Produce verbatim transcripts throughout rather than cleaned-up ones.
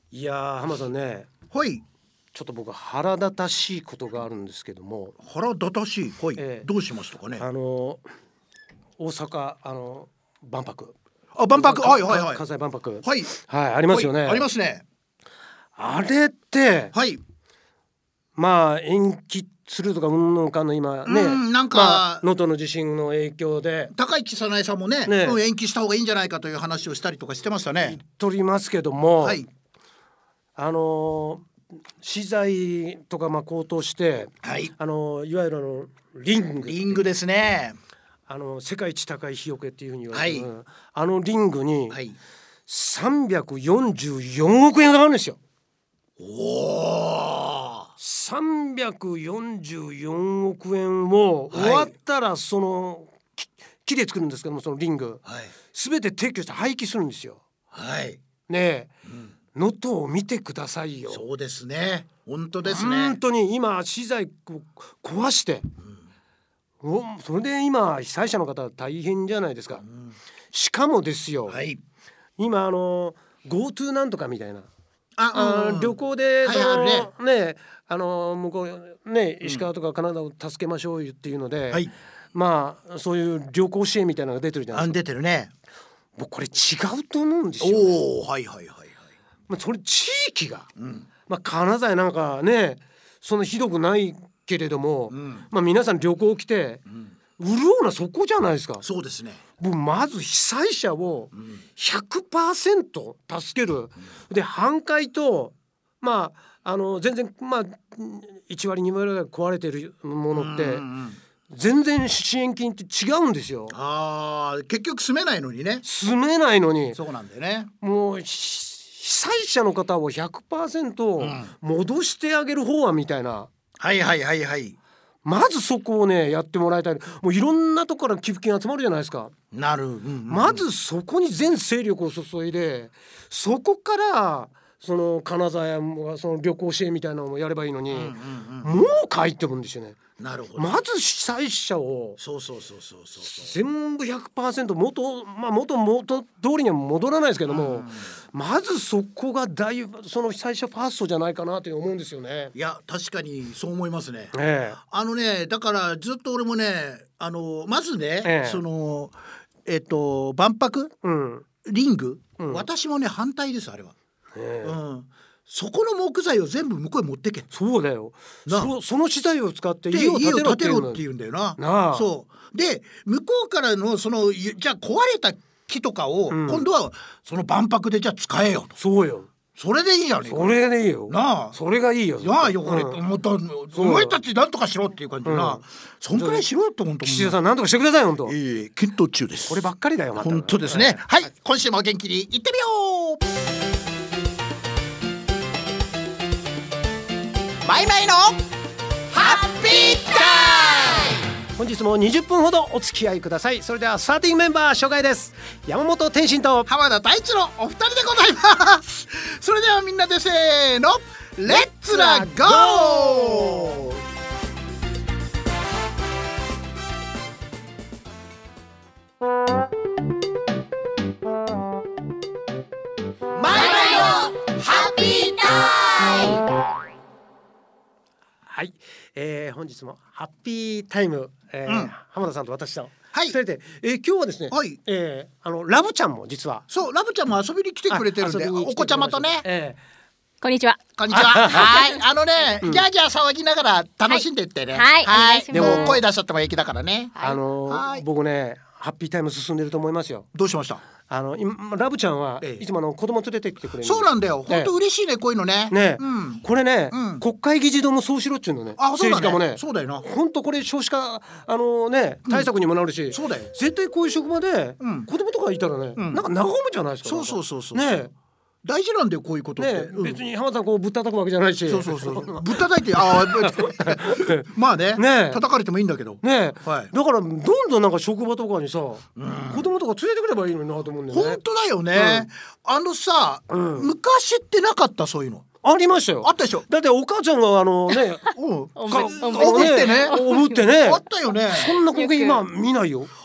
いやー浜田さんね、 はい。 ちょっと僕腹立たしいことがあるんですけども、 腹立たしい。はい。 ええどうしましたかね。 あの大阪あの万博、 あ、万博。はいはいはい。 関西万博、 はい。 はいありますよね、 はい、ありますね。 あれってはい。 まあ延期するとかうんぬんかんの今ね、 うんなんかまあ能登の地震の影響で高市早苗さんもね、 ねうん延期した方がいいんじゃないかという話をしたりとかしてました言っね。 とりますけども、 はいあの資材とかまあ高騰してはい。 あのいわゆるあのリングリングですね。 あの世界一高い日よけっていうふうに言われてる、 はいあのリングにはい。 さんびゃくよんじゅうよんおくえんかかるんですよ。 おお。 さんびゃくよんじゅうよんおくえんを終わったらその木木で作るんですけども、そのリングはい全て撤去して廃棄するんですよ。 はい。 ねえうん能登を見てくださいよ。 そうですね。本当ですね。 本当に今資材を壊しておそれで今被災者の方大変じゃないですか。 うんしかもですよ、 はい。 今あの GoTo なんとかみたいなあ、 あうん旅行ではいその、 あるねねあの向こうね石川とか金沢を助けましょうよっていうので、 はい。 まあそういう旅行支援みたいなのが出てるじゃないあ、 ですか。 出てるね。 僕これ違うと思うんですよ、ね。 おお、はいはいはいはい。 まあ、それ地域が、 うんまあ、金沢なんかねそんなひどくないけれども、 うんまあ、皆さん旅行来てうん潤うなそこじゃないですか。 そうですね。 僕まず被災者をうんひゃくパーセント助ける、で半壊とまああの全然まあいち割に割ぐらい壊れてるものってうんうんうん全然支援金って違うんですよ。 ああ、結局住めないのにね。 住めないのにそうなんだよね。 もうひ被災者の方を ひゃくパーセントうん戻してあげる方はみたいな、 はいはいはいはい。 まずそこをねやってもらいたい。もういろんなとこから寄付金集まるじゃないですか。 なる、うんうんうん、 まずそこに全勢力を注いでそこからその金沢やその旅行支援みたいなのもやればいいのに、 うんうんうん、 もう帰ってくるんですよね。 なるほど。 まず被災者をそうそうそうそうそうそう。 全部 ひゃくパーセント 元、まあ、元元通りには戻らないですけども、 うんまずそこが大その被災者ファーストじゃないかなと思うんですよね。 いや確かにそう思いますね。 えあのねだからずっと俺もねあのまずね、 ええそのえっと万博えうんリング、 うん私もね反対ですあれは。 ええうんそこの木材を全部向こうへ持ってけ。 そうだよ。 なそその資材を使ってで家を建てろっていうの家を建てろって言うんだよな。 なあそうで向こうからのそのじゃあ壊れた木とかを、 うん今度はその万博でじゃあ使えよと。 そうよ。 それでいいやねん。 それでいいよ。 なあそれがいいよ。 なあよこれ、 うんもっとそうお前たちなんとかしろっていう感じでな、 うんそんくらいしろよって本当岸田さんなんとかしてください本当。 ええ検討中です。 こればっかりだよまた。 本当ですね。はい、今週も元気にいってみよう。マイマイのハッピータイム。 本日もにじゅっぷんほどお付き合いください。それではスターティングメンバー紹介です。山本天心と浜田大地のお二人でございます。それではみんなでせーのレッツラゴー。マイマイのハッピータイム。 はい、えー、本日もハッピータイム、えーうん浜田さんと私とはい二人で、えー、今日はですね、 はいえー、あのラブちゃんも実はそうラブちゃんも遊びに来てくれてるんであ遊びに来てお子ちゃまとね、 えこんにちは。 こんにちは。はいあのね、ギャーギャー騒ぎながら楽しんでいってね。 はいはいお願いしますでも声出しちゃっても平気だからね。 ーあのーはい僕ねハッピータイム進んでると思いますよ。 どうしました。 あの今ラブちゃんはええいつもあの子供連れてきてくれるそうなんだよ。本当ね嬉しいねこういうのね。 ね、 うん。 これね、 うん国会議事堂もそうしろっちゅうのね。 あ、そうだね。 政治家もねそうだよな。 本当これ少子化あのね対策にもなるし、 そうだよ。 絶対こういう職場でうん子供とかいたらね、 うんなんか和むじゃないですか。 そうそうそうそう。 ね大事なんだよこういうことって。 ね、 うん別に浜田さんこうぶったたくわけじゃないし。 そうそうそう。ぶったたいてああまあね。 ね叩かれてもいいんだけど。 ね、 はいだからどんどんなんか職場とかにさ、子供とか連れてくればいいのになと思うんだよね。 本当だよね。あのさ、 うん昔ってなかったそういうの。 ありましたよ。 あったでしょ。 だってお母ちゃんがあのねうん。 おぶかおぶおぶってね。 おぶってねあったよね。 そんな光景今見ないよ。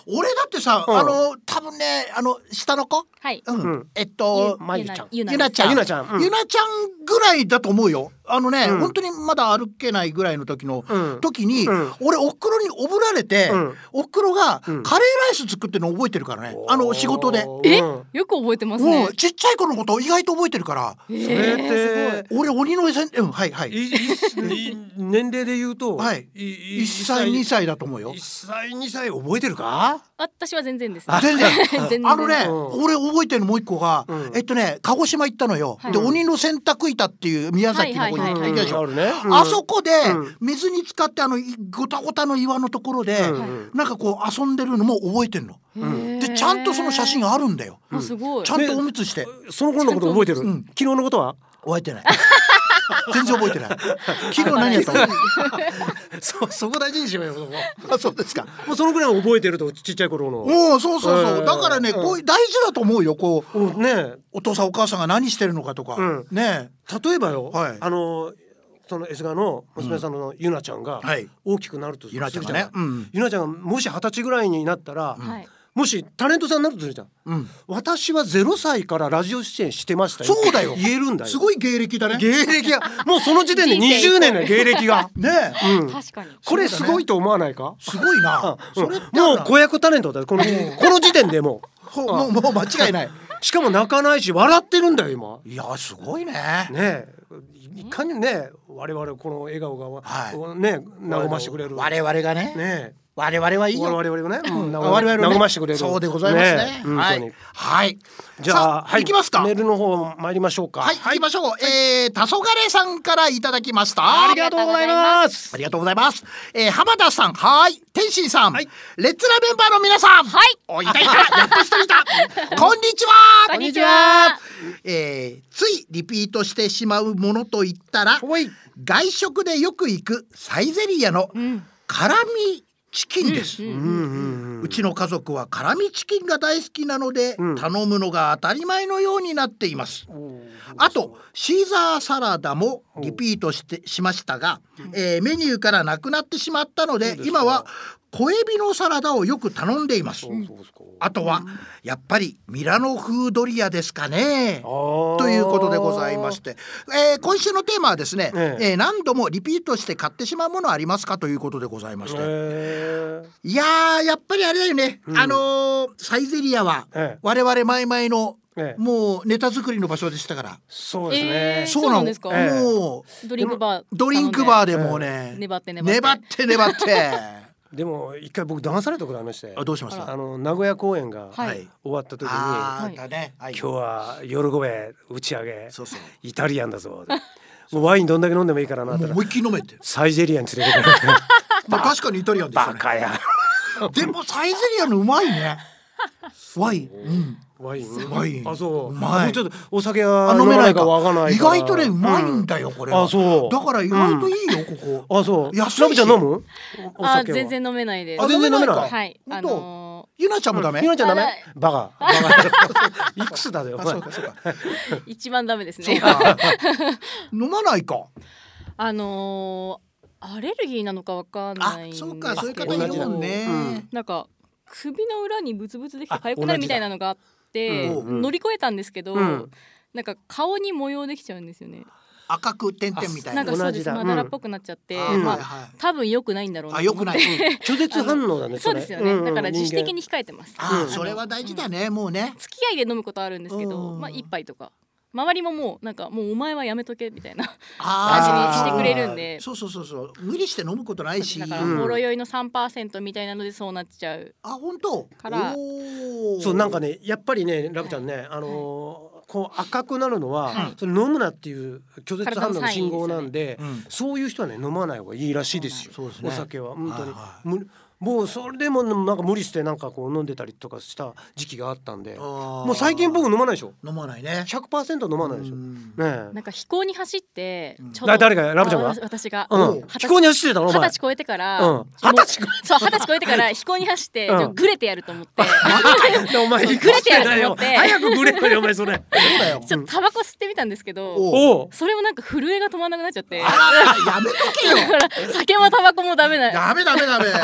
俺だってさ、 うんあの多分ねあの下の子、 はいうんうんえっとまゆちゃんゆなゆなちゃんゆなちゃんうんゆなちゃんぐらいだと思うよ。あのね、 うん本当にまだ歩けないぐらいの時の、 うん時に、 うん俺おふくろにおぶられて、 うんおふくろがカうんレーライス作ってるの覚えてるからね、あの仕事で。 えうんよく覚えてますもねうちっちゃい頃のことを意外と覚えてるから。 えーそれって俺鬼のせんうんはいはいいいい年齢で言うと、 はいいいっさいにさいだと思うよいっ。さいにさい覚えてるか？ 私は全然ですあ全然全然あのね、 うん俺覚えてるもう一個が、 うんえっとね鹿児島行ったのよ、 はいで鬼の洗濯板っていう宮崎の方にはいはいはい行ったでしょ、 あるね、うんあそこでうん水に浸かってあのいごたごたの岩のところで、 うんなんかこう遊んでるのも覚えてるの。 へーでちゃんとその写真あるんだよ。 あすごいちゃんとおむつしてその頃のこと覚えてる、 うん昨日のことは覚えてない全然覚えてない昨日何やったのそそこ大事にしようよ。 あそうですか。 もうそのぐらいは覚えてると、ちっちゃい頃の。 おおそうそうそう、 うんだからね、こういう大事だと思うよ。こううんねお父さんお母さんが何してるのかとか、 うんね例えばよ、 はいあのその S ガの娘さんのゆなちゃんがはい大きくなるとすゆるじゃん、 なちゃんがね、うんゆなちゃんがもし二十歳ぐらいになったら、 はいもしタレントさんになるとするじゃん。 うん、 私はゼロさいからラジオ出演してましたよ。 そうだよ言えるんだよ。 すごい芸歴だね。 芸歴がもうその時点でにじゅうねんの芸歴が。 ねうん、 確かにこれすごいと思わないか？ すごいな。 うんそれってもう子役タレントだよこのこの時点でもほもうもう間違いない。 うしかも泣かないし笑ってるんだよ今。 いやすごいね。 ねえいかにね我々この笑顔が、 はいね和ましてくれる。 我々がね、 ね我々はいいよ。 我々がね、うん我々のね和ましてくれる。 そうでございますね。 本当に。 はい。はい。 じゃあ、 さはい、 行きますか。 メールの方参りましょうか。 はい、行きましょう。えー、黄昏さんからいただきました。 ありがとうございますあ。りがとうございます。えー、浜田さん、はい、天心さん、 はいレッツラメンバーの皆さん、 はいおいたいた、やっと一人いた。こんにちは。 こんにちは。 えー、ついリピートしてしまうものといったら、 おい。 外食でよく行くサイゼリヤのうん辛味チキンです。 うんうんうんうちの家族は辛味チキンが大好きなので、 うん頼むのが当たり前のようになっています。 うん。 あとシーザーサラダもリピートしてしましたが、えーメニューからなくなってしまったのでそうですか今は小エビのサラダをよく頼んでいます。 そうそうですか。 あとはやっぱりミラノ風ドリアですかね。 とということでございまして、えー今週のテーマはですね、 えええー何度もリピートして買ってしまうものありますかということでございまして、 えいやーやっぱりあれだよね、 うんあのーサイゼリヤはええ我々前々のええもうネタ作りの場所でしたから、 そうですね。 えーそうなのそうなんですかええもドリンクバーうドリンクバーでもうね、 粘って粘って粘って粘ってでも一回僕騙されたことありまして、 あどうしましたあの名古屋公演がはい終わった時に、 あーだね、はい、 今日は夜ごべ打ち上げそうそうイタリアンだぞ。もうワインどんだけ飲んでもいいからなって言ったらもう思いっきり飲めってサイゼリアに連れてくれてまあ確かにイタリアンですよね。 バカや。 でもサイゼリヤのうまいねワイン、うんワインワインあそううまい僕ちょっとお酒は飲めないかわからない意から外とねうまいんだよ、これはあそうだから意外といいよ、ここあそう安いしラブちゃん飲むおおあ酒は全然飲めないですあ全然飲めないはいあ本当のゆなちゃんもダメ、 ひなちゃんダメあバカバカいくつだよおあ前そうかそうかー一番ダメですそうねか飲まないかあのーアレルギーなのかわかんないんですけどあそうかそういう方いるもんね、 うんなんか首の裏にブツブツできて痒くなるみたいなのがあって同じだうん乗り越えたんですけど、 うんなんか顔に模様できちゃうんですよね。 赤く点々みたいなんなかそうです同じだまだらっぽくなっちゃって、 あーまあはいはい多分良くないんだろうなあよくない、うん拒絶反応だねれそうですよね、 んんだから自主的人に控えてます。 あーうんそれは大事だね、もうね付き合いで飲むことあるんですけど、 うんまあ一杯とか周りももうなんかもうお前はやめとけみたいなあー感じにしてくれるんで、 そうそうそうそう無理して飲むことないしだからうんほろ酔いの さんパーセント みたいなのでそうなっちゃう。 あ本当からおーそうなんかねやっぱりねラブちゃんねあのーこう赤くなるのは、 はいそれ飲むなっていう拒絶反応の信号なんで、 うんそういう人はね飲まない方がいいらしいですよ。 そうですねお酒は本当に、 はいはいむもうそれでもなんか無理してなんかこう飲んでたりとかした時期があったんで、 ももう最近僕飲まないでしょ。 飲まないねひゃくパーセント飲まないでしょ。 うんねえなんか飛行に走ってうんちょうどだ誰がラブちゃんがあ私私が、 うんおう飛行に走ってたのお前。 二十歳超えてから、 うんもう二十歳超そう二十歳超えてから飛行に走って、 うんちょグレてやると思ってえお前そうグレてやると思って早くグレてよお前それ。 そうだよちょっとタバコ吸ってみたんですけど、 おおうそれもなんか震えが止まんなくなっちゃってあらやめとけよだから酒もタバコもダメなダメダメダメこんな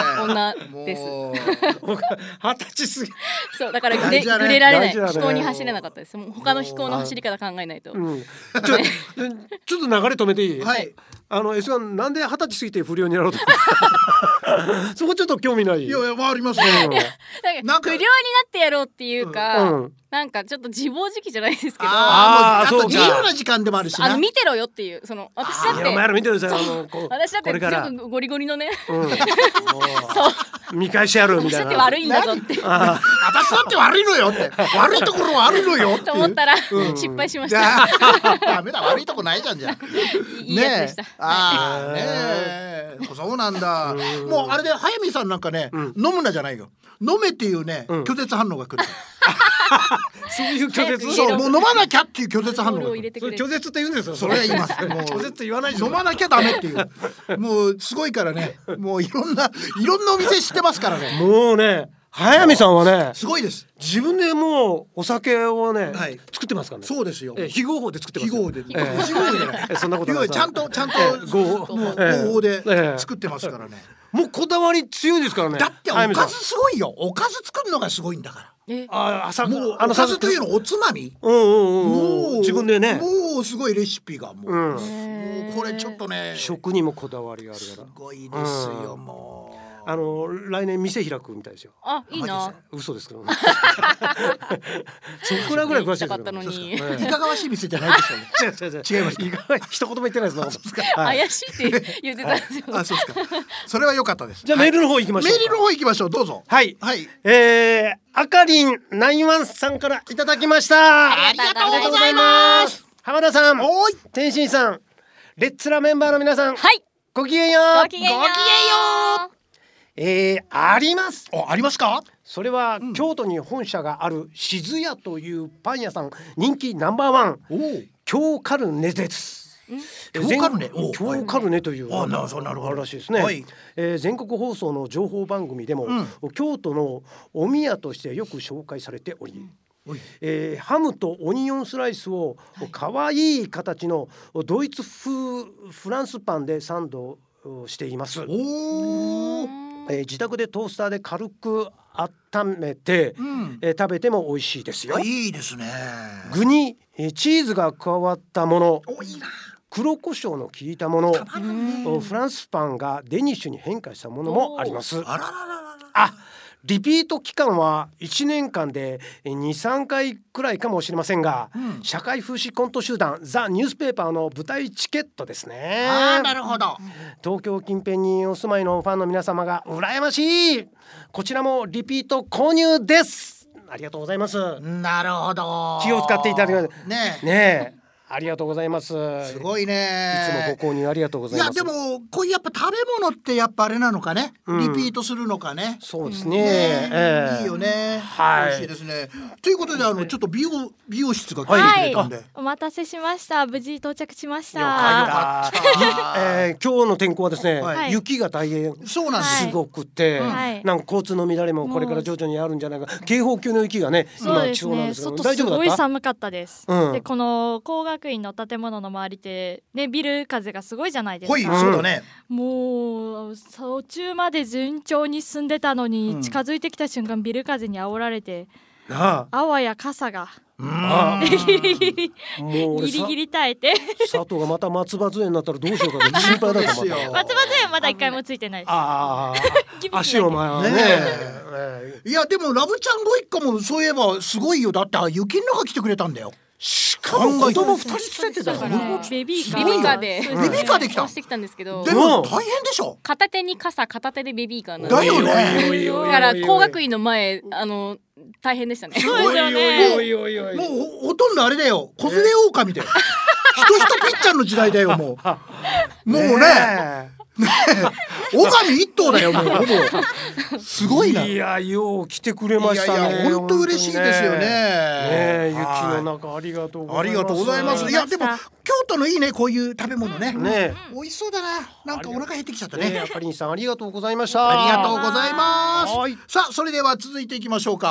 馬ですもう二十歳過ぎ。 そうだからぐれ大事だねぐれられない、 大事だね飛行に走れなかったです。もう他の飛行の走り方考えないと。 うん、ちょちょっと流れ止めていい？ はい。 あの エスワン なんで二十歳過ぎて不良になろうと思ったそこちょっと興味ない？ いやいやありますね。 うんなんかなんか不良になってやろうっていうか、 うんなんかちょっと自暴自棄じゃないですけど、 あーもうあとあーそうか自由な時間でもあるしな。 あの見てろよっていう、その私だっいやお前てら見てるさあのこう私だってこれから、 全部ゴリゴリのね、 うん、 そう見返してやるみたいな。 私だって悪いんだぞってあ私だって悪いのよって悪いところはあるのよっていうと思ったらうん失敗しましいやた。 ダメだ悪いとこないじゃんじゃん。 いいやつでした。 ねえああねえそうなんだ。もうあれで早見さんなんかね、飲むなじゃないよ。飲めっていうね、 うん拒絶反応が来る。 そういう拒絶。 早く入れろそうもう飲まなきゃっていう拒絶反応ボールをが来る。 入れてくれそれ拒絶って言うんですよ。 それは言います。もう拒絶って言わないでしょ。 飲まなきゃダメっていうもうすごいからねもういろんないろんなお店知ってますからねもうね早見さんはねすごいです。 自分でもうお酒をね、 はい作ってますからね。 そうですよ。 え非合法で作ってますよ。 非合法でええ非合法じゃないえそんなことない非合法ちゃんとちゃんとええ合法もうええ合法でええ作ってますからね。 もうこだわり強いですからね。 だってお早見さんかずすごいよ。おかず作るのがすごいんだかえあ朝ら。もうあのおかずというのおつまみ。 うんうんうんもうんう自分でねもうすごいレシピがもう、 うんもうこれちょっとねす食にもこだわりがあるから。 ごいですよ、 うんもう。 あの来年店開くみたいですよ。 あいいな。 嘘ですけどね。そこらぐらい詳しいですけど。 行きたかったのにいかがわしい店じゃないですよね。 違う違う違う。 違いました意外一言も言ってないですね。はい怪しいって言ってたんですよ。 あ、そうですか。それは良かったです。 じゃあメールの方行きましょう。 メールの方行きましょう。どうぞ。 はい。 はい。 えー、あかりんナインワンさんからいただきました。 ありがとうございます。 浜田さん、 おーい。 天心さん、レッツラメンバーの皆さん、 はい。 ごきげんよう。 ごきげんよう。 ごきげんよえー、あります。 お、ありますか。 それは、 ん京都に本社がある静屋というパン屋さん人気ナンバーワンおお。 京カルネです。えー京カルネお京カルネというあなそうなるほどあるらしいですね、 はいえー全国放送の情報番組でも、 う京都のお宮としてよく紹介されており、 おいえーハムとオニオンスライスを可愛い形のドイツ風フランスパンでサンドしています。 おお。 えー自宅でトースターで軽く温めて、 うん。 えー食べても美味しいですよあ、。いいですね。 具に、えーチーズが加わったもの、 お、いいな。 黒胡椒の効いたもの、 たまらんね。 フランスパンがデニッシュに変化したものもあります。 あららららら。 あ、リピート期間はいちねんかんでに、さんかいくらいかもしれませんが、 うん社会風刺コント集団ザ・ニュースペーパーの舞台チケットですね。 あー、なるほど。 東京近辺にお住まいのファンの皆様が羨ましい。こちらもリピート購入です。ありがとうございます。 なるほど。 気を使っていただきねえ。 ねえ、ありがとうございます。 すごいいね。 つもご購入ありがとうございます。 いやでもこういうやっぱ食べ物ってやっぱあれなのかね、 うんリピートするのかね。 そうですね。 ねええいいよね。 はい美味しいですね。ということであのちょっと美容美容室が来はいてくれたんで。 お待たせしました。無事到着しましよかた。 った。えー今日の天候はですね、 はい雪が大変そうなんです。 はいすごくて、 はいなんか交通の乱れもこれから徐々にあるんじゃないか。警報級の雪がね、 そう今ですね。 地方なんですけど、 外すごい大丈夫だった？ 寒かったです。 うんでこの工学院の建物の周りってねビル風がすごいじゃないですほい、 か。 そうだね。 もう途中まで順調に進んでたのに、 うん近づいてきた瞬間ビル風に煽られてなあわや傘があ、 ギリギリあ、もう俺さギリギリ耐えて佐藤がまた松葉杖になったらどうしようかと心配だったそうですよまた。 松葉杖はまだ一回もついてないです。 あギブスだけあ、足を前はね。 ねええいやでもラブちゃんご一家もそういえばすごいよ。だって雪の中来てくれたんだよ。 しかも子供二人連れてたよ。 だからベビーカーベビーカーでそうすねベビーカーで来たそうしてきたんですけどで、も大変でしょ。 片手に傘片手でベビーカーなんでだよね。 おいおいおいおいおいだから工学院の前あの大変でしたね。 そうですよね。 おいおいおいおいもうほほとんどあれだよ。小連れ狼だよ。人人ぴっちゃんの時代だよもう。もうね。狼一頭だよもうほぼ。すごいな。 いや、よう来てくれましたね。 いやいや本当嬉しいですよね。 ねえ、雪はいの中ありがとうございます。 ありがとうございます。いやでも京都のいいねこういう食べ物ね。 ね美味しそうだな。なんかお腹減ってきちゃったえ、ねえ、 ね。 あかりんさんありがとうございました。 ありがとうございます。 はいさあそれでは続いていきましょうか。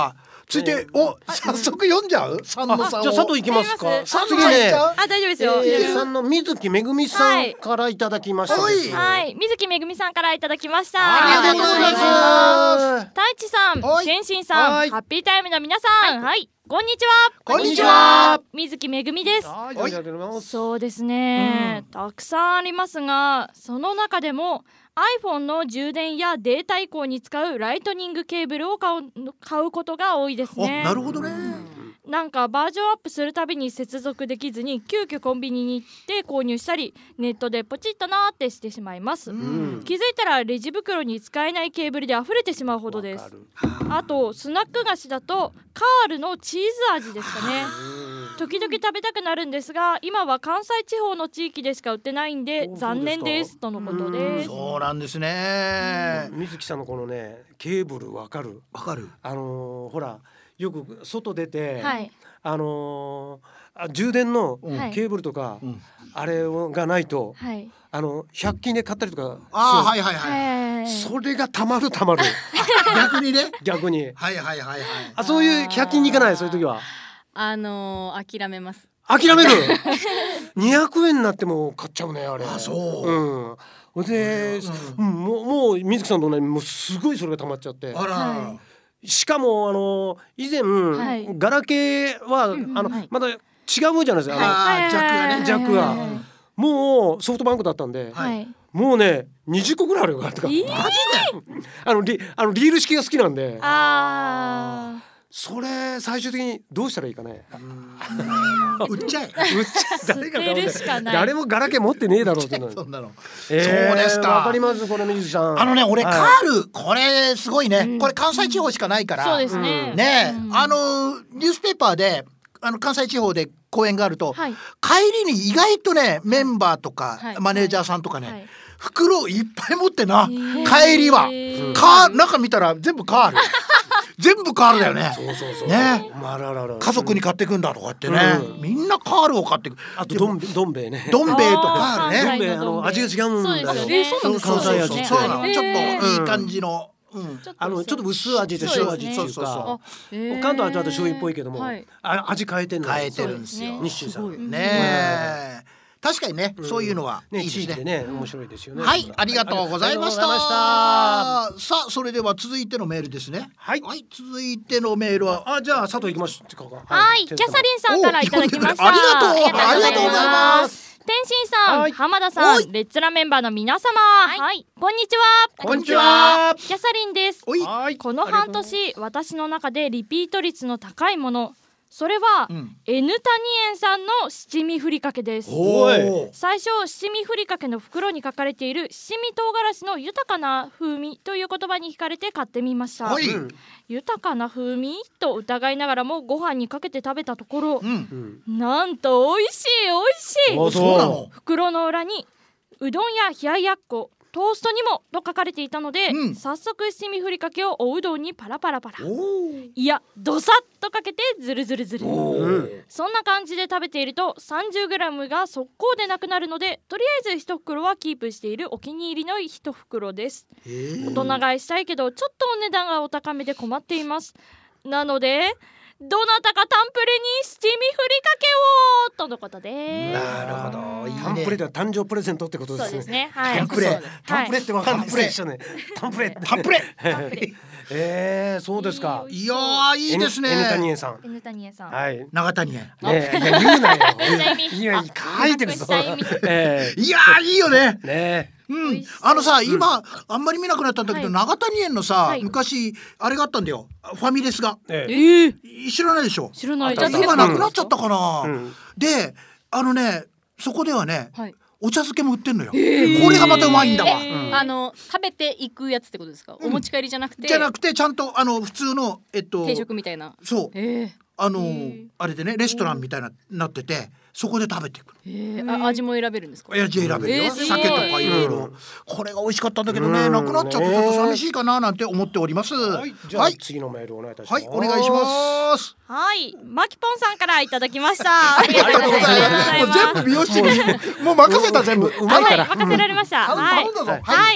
続いてお早速読んじゃう三野さんを。 じゃあ佐藤行きますか。 佐藤次ね、 あ、大丈夫ですよ。 えー、さんの水木めぐみさんからいただきましたですね。 はい、水木めぐみさんからいただきました。 ありがとうございます。 太一さん、 はい天心さん、 はいハッピータイムの皆さん、はい、こんにちは。 こんにちは。 水木めぐみです。 はい、ありがとうございます。 そうですね、 うんたくさんありますが、その中でも iPhone の充電やデータ移行に使うライトニングケーブルを買う、買うことが多いですお、 ね。 なるほどね。 なんかバージョンアップするたびに接続できずに急遽コンビニに行って購入したり、ネットでポチッとなーってしてしまいます、 ん気づいたらレジ袋に使えないケーブルで溢れてしまうほどです。あとスナック菓子だとカールのチーズ味ですかね。時々食べたくなるんですが、今は関西地方の地域でしか売ってないんでお残念ですとのことです。 そうなんですね。 水木さんのこのねケーブルわかる。 わかる。 あのー、ほらよく外出て、 はいあのー、あ充電のうんケーブルとか、 うんあれがないと、 はいあのひゃく均で買ったりとかああ、はいはいはい。 はいそれがたまるたまる逆にね。 逆にはいはいはいはい。 あそういうひゃく均に行かないそういう時はあのー、諦めます。 諦めるにひゃくえんになっても買っちゃうねあれ。 あそううんほんで、 うんうんもうもう水木さんと同じもうすごいそれが溜まっちゃってあら、 はしかもあの以前、 はいガラケーは、 うんあの、 はいまだ違うじゃないですか、あのあージャックがねジャックがはいはいもうソフトバンクだったんで、 はいはいもうねにじゅっこぐらいあるよとか、 えーあのリあのリール式が好きなんであそれ最終的にどうしたらいいかね売っちゃえ。 売っちゃ誰が買うんだよ捨てるしかない誰もガラケー持ってねえだろうってのにそんなの。 えーそうですかわかりますこれ水木さんあのね、俺、 はいカールこれすごいね、 うんこれ関西地方しかないから。 そうですね、 うんねえ、 うんあのニュースペーパーであの関西地方で公演があると、 はい帰りに意外とねメンバーとか、 はいマネージャーさんとかね、 はい袋いっぱい持ってな、 へー帰りは、 うんカー中見たら全部カール全部カールだよね。 そうそうそうねまあららら家族に買ってくんだとかってね、 うんみんなカールを買ってく。 あとどんどん兵衛ねどん兵衛とカールね。 あー関西どん兵衛あの味が違うんだよそうですよね。 そうなんですか関西味ってそうなの、 へーちょっといい感じの、うん、 ちょっとあのちょっと薄味で塩味っていうそうそうそうかえー関東はちょっと醤油っぽいけども、 はいあ味変えてんの変えてるんですよ。 そう日清さんすごいねえ、確かにね、そういうのはいねいですね。 地域でね面白いですよね。 はい、ありがとうございました。 ありがとうございましたさあ、それでは続いてのメールですね。 はい続いてのメールは。 あじゃあ佐藤行きましょうか。 はい、キャサリンさんからいただきました。 おありがとうありがとうございます。天心さん、 はい浜田さおいん、レッツラメンバーの皆様、はい、こんにちは。 こんにちは。 キャサリンです。 おい、 はいこの半年、私の中でリピート率の高いもの、それは、 うん N タニエンさんの七味ふりかけです。 おいお最初七味ふりかけの袋に書かれている七味唐辛子の豊かな風味という言葉に惹かれて買ってみました。 はい、 うん豊かな風味と疑いながらもご飯にかけて食べたところ、 うん、 うんなんと美味しい美味しい。 おそうなの。 袋の裏にうどんや冷ややっこ、トーストにもと書かれていたので、 うん早速七味ふりかけをおうどんにパラパラパラ、 おいやドサッとかけてズルズルズル。 おうんそんな感じで食べていると さんじゅうグラム が速攻でなくなるので、とりあえず一袋はキープしているお気に入りの一袋です。 えー大人買いしたいけどちょっとお値段がお高めで困っています。なのでどなたかタンプレに七味ふりかけをとのことです。 なるほど、いいね。 タンプレでは誕生プレゼントってことですね。 そうですね。はい。 タンプレタンプレってわかんないですよね。タンプレ。 タンプレ。 ええそうですか。 いやー、いいですね。 N タニエンさん。 N タニエさん。 はい。ね長谷園。 えいや言うなよ。 意味いや書いてるぞ。えいやー、いいよね。 えねうん美味しそう、 あのさ、今あんまり見なくなったんだけど、 はい長谷園のさ、 はい昔あれがあったんだよ。ファミレスが。 え。えええー、 知らないでしょ。 知らない。 あ今なくなっちゃったかな。 うんで、あのね、そこではね、 はいお茶漬けも売ってんのよ。これがまたうまいんだわ。 えあの食べていくやつってことですか、お持ち帰りじゃなくてじゃなくてちゃんとあの普通のえっと定食みたいな。 そうえあのあれでねレストランみたいななっててそこで食べていくー、えー、あ味も選べるんですか。 の。親父選べるよ、 えーすごい酒とかいろいろ、 うんこれが美味しかったんだけどね、 うんなくなっちゃってちょっと寂しいかななんて思っております。ははいい。じゃあはい、 次のメールお願いいたします。 お願いします。 はい、マキポンさんからいただきました。ありありがとうございます。もう全部美容師にもう任せた全部。 うまいから。 はい、任せられました。 頼んはい頼んだぞ。 はい、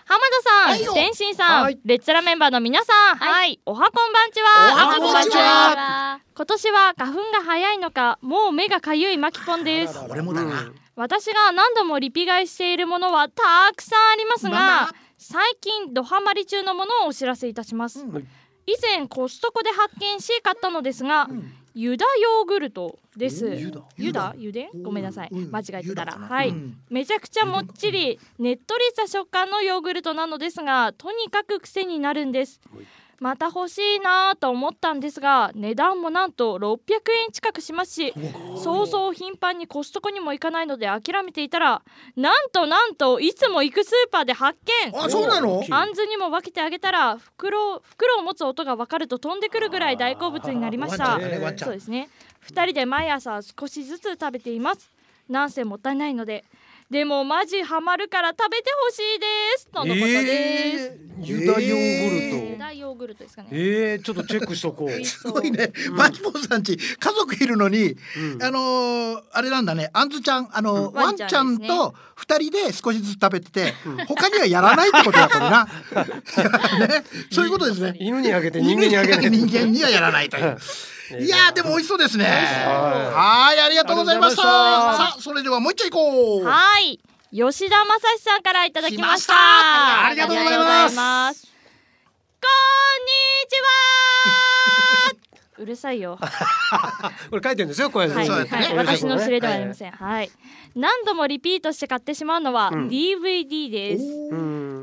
浜田さん、 はいよ天心さん、 はいレッツラメンバーの皆さん、はい、おはこんばんちは。 おはこんばんちは。 今年は花粉が早いのか、もう目がかゆいまきぽんです。 俺もだな。 私が何度もリピ買いしているものはたくさんありますが、 まあ最近ドハマり中のものをお知らせいたします。 うん以前コストコで発見し買ったのですが、ユダヨーグルトです。 ユダユダユダごめんなさい、 うん間違えてたら、 ユダかなはい、 うんめちゃくちゃもっちりねっとりした食感のヨーグルトなのですが、とにかく癖になるんです。また欲しいなと思ったんですが、値段もなんとろっぴゃくえん近くしますし、そうそう頻繁にコストコにも行かないので諦めていたら、なんとなんといつも行くスーパーで発見。 あ、そうなの？ あんずにも分けてあげたら、袋袋を持つ音が分かると飛んでくるぐらい大好物になりました。 ワンちゃんだねワンちゃんそうですね。ふたりで毎朝少しずつ食べています。なんせもったいないので。でもマジハマるから食べてほしいですとのことです。 えーユダヨーグルト、 ユダヨーグルトですかね。 えー、ちょっとチェックしとこう。 美味しそうすごいね。マキポンさんち家族いるのに、 うんあのーあれなんだね。あんずちゃん、あのーうんワンちゃんワンちゃんですねと二人で少しずつ食べてて、他にはやらないってことだこれな。いやね、そういうことですね。 犬にあげて人間にあげない。 人間にはやらないという。いやーでも美味しそうですね。はい、ありがとうございました。 ありがとうございましたさあ、それではもう一丁行こう。 はい、吉田正史さんからいただきました。 来ましたありがとうございますありがとうございます。こんにちは。うるさいよ。 これ書いてるんですよ、これ。 はい、 そうですねはい、私の指令ではありません。はい、何度もリピートして買ってしまうのは ディーブイディー です。 うん。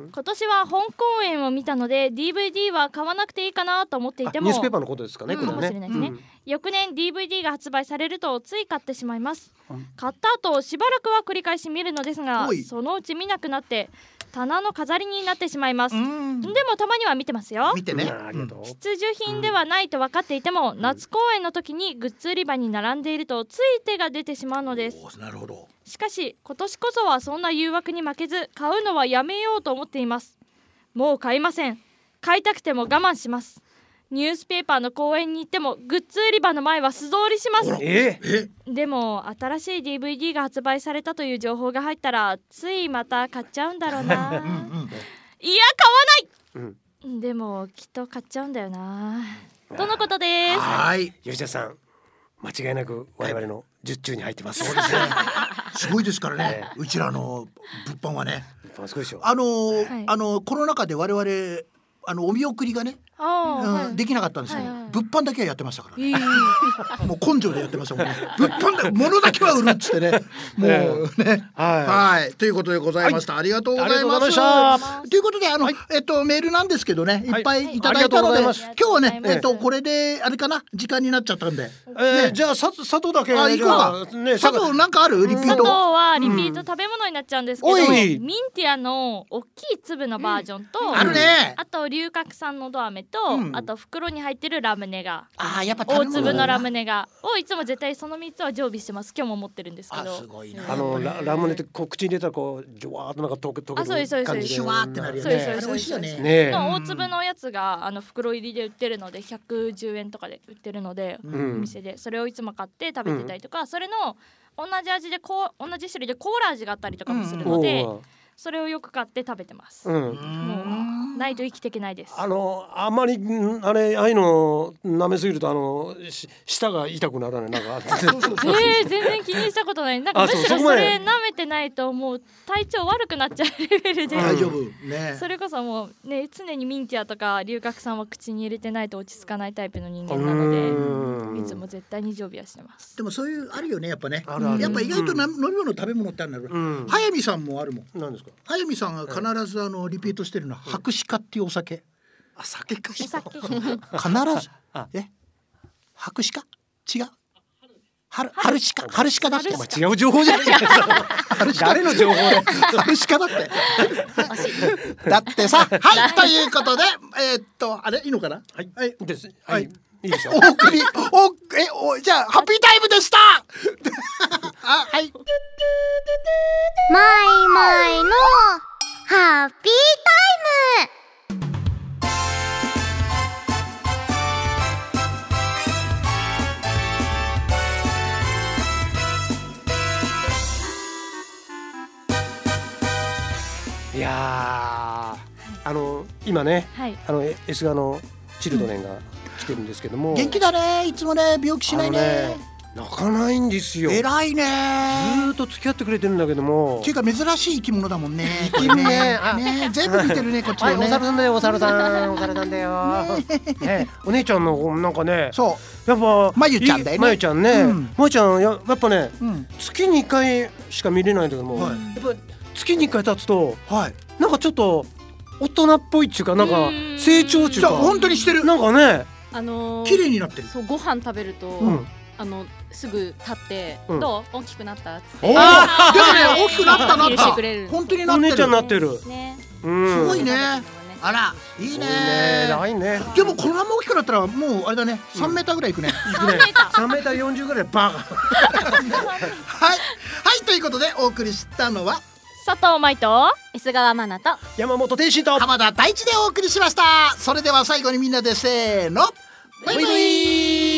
今年は本公演を見たので ディーブイディー は買わなくていいかなと思っていても、 ニュースペーパーのことですかね、これね。 かもしれないですね。 うん翌年 ディーブイディー が発売されるとつい買ってしまいます。 うん買った後しばらくは繰り返し見るのですがおい、 そのうち見なくなって棚の飾りになってしまいます。 うでん。 もたまには見てますよ。 見てね。 ありがとう。 必需品ではないと分かっていても、夏公演の時にグッズ売り場に並んでいるとつい手が出てしまうのです。 おー、なるほど。 しかし今年こそはそんな誘惑に負けず買うのはやめようと思っています。もう買いません。買いたくても我慢します。ニュースペーパーの公演に行ってもグッズ売り場の前は素通りします。 ええ、 でも新しい ディーブイディー が発売されたという情報が入ったらついまた買っちゃうんだろうな。 うんうん。 いや買わうん。 ない。でもきっと買っちゃうんだよなとのことです。 はい。 吉田さん、間違いなく我々の術中に入ってます。 すごいですからね。うちらの物販はね。 すごいでしょ。 あのーはいあのコロナ禍で我々あのお見送りがね、うんあーはいできなかったんですけど、 はいはい物販だけはやってましたからね。 いいもう根性でやってましたもんね。物販で物だけは売るっつってね。もうね。 ははい、ということでございました。ありがとうございありがとうごます。 ざいまということであの、えっとメールなんですけどね、いっぱいいただいたので、 はいありがとうございます今日はねありがとうございますえっとこれであれかな時間になっちゃったんで。 い。えー、じゃあさ佐藤だけあ、行こうか。 じゃあね、 佐藤なんかあるリピー佐藤ト。 はリピート食べ物になっちゃうんですけど、 おいミンティアの大きい粒のバージョンと、 あるね。 あと龍角散のど飴と、 うんあと袋に入ってるラムネが、 あー、やっぱ食べ大物だな粒のラムネがをいつも絶対そのみっつは常備してます。今日も持ってるんですけあ、 ど。 すごいな。 あのララムネってこう口に入れたらこうジュワーっとなんか溶け溶けあそうですそうでする感じでシュワーってなるよね。 そうですあれ美味しいよね。 ねえ。 の大粒のやつがあの袋入りで売ってるのでひゃくじゅうえんとかで売ってるので、 うんお店でそれをいつも買って食べてたりとか、それの同じ味でこう同じ種類でコーラ味があったりとかもするので、 おうそれをよく買って食べてます。 うん。 もうないと生きていけないです。 あのあんまりんあれああいうの舐めすぎるとあのし舌が痛くならないなんか。 えー、全然気にしたことない。なんかあむしろそそうそこまでれ舐めてないともう体調悪くなっちゃうレベルで、 大丈夫ね。 それこそもうね常にミンティアとか龍角散は口に入れてないと落ち着かないタイプの人間なのうんで、いつも絶対に常備はしてます。 でもそういうあるよねやっぱね。 あるあるやっぱ意外とな飲み物食べ物ってあるんだろうんう。早見さんもあるもん。 なんですか。 早見さんが必ずあのリピートしてるのは白鹿っていうお酒。 あ酒か。 お酒必ずあえ白鹿違う。春春鹿春鹿だって。 お前違う情報じゃないですか。誰の情報で。 春鹿だって。だってさ、はいということでえーっとあれいいのかな。 はい。 はい。 です。 ははいい。いいですよ。 お送りおえおじゃあハッピータイムでした。あはい。 マイマイのハッピータイム。 いやーあの今ねはいあの S 側のチルドレンが来てるんですけども、 元気だね、いつもね、病気しないね。 泣かないんですよ。ず偉いね。 ーっと付き合ってくれてるんだけども。 っていうか珍しい生き物だもんね。 生き物ねあね、全部見てるね、こっちはい、 もね。 お猿さんだよ、お猿さん、お猿さんだよ。ね、お姉ちゃんのなんかね、 そやっぱまゆちゃんだよねいまゆちゃんね、 うんまゆちゃんややっぱね、 う。うん。 月にいっかいしか見れないんだけども、 はいやっぱ月にいっかい経つとはい。 なんかちょっと大人っぽいっていうかなんかうん成長っていうじゃあか本当にしてる。 なんかね、 あのー綺麗になってる。 そうご飯食べると、 うん、 あのすぐ立って、 うんどう大きくなったっつっておーあーでもね、大きくなったなっアピールしてたくれる。 本当になってる。 お姉ちゃんになってる。 ね。 うん、 すごいね。 ねあら、いいいいね。 ね、偉いね。 でもこのまま大きくなったらもうあれだね、三メーターぐらいいくね。 いくね。三メーター四十ぐらいバカ。 はいはいということでお送りしたのは佐藤舞と S 川マナと山本天心と。 浜田大地でお送りしました。それでは最後にみんなでせーの、バイバイ。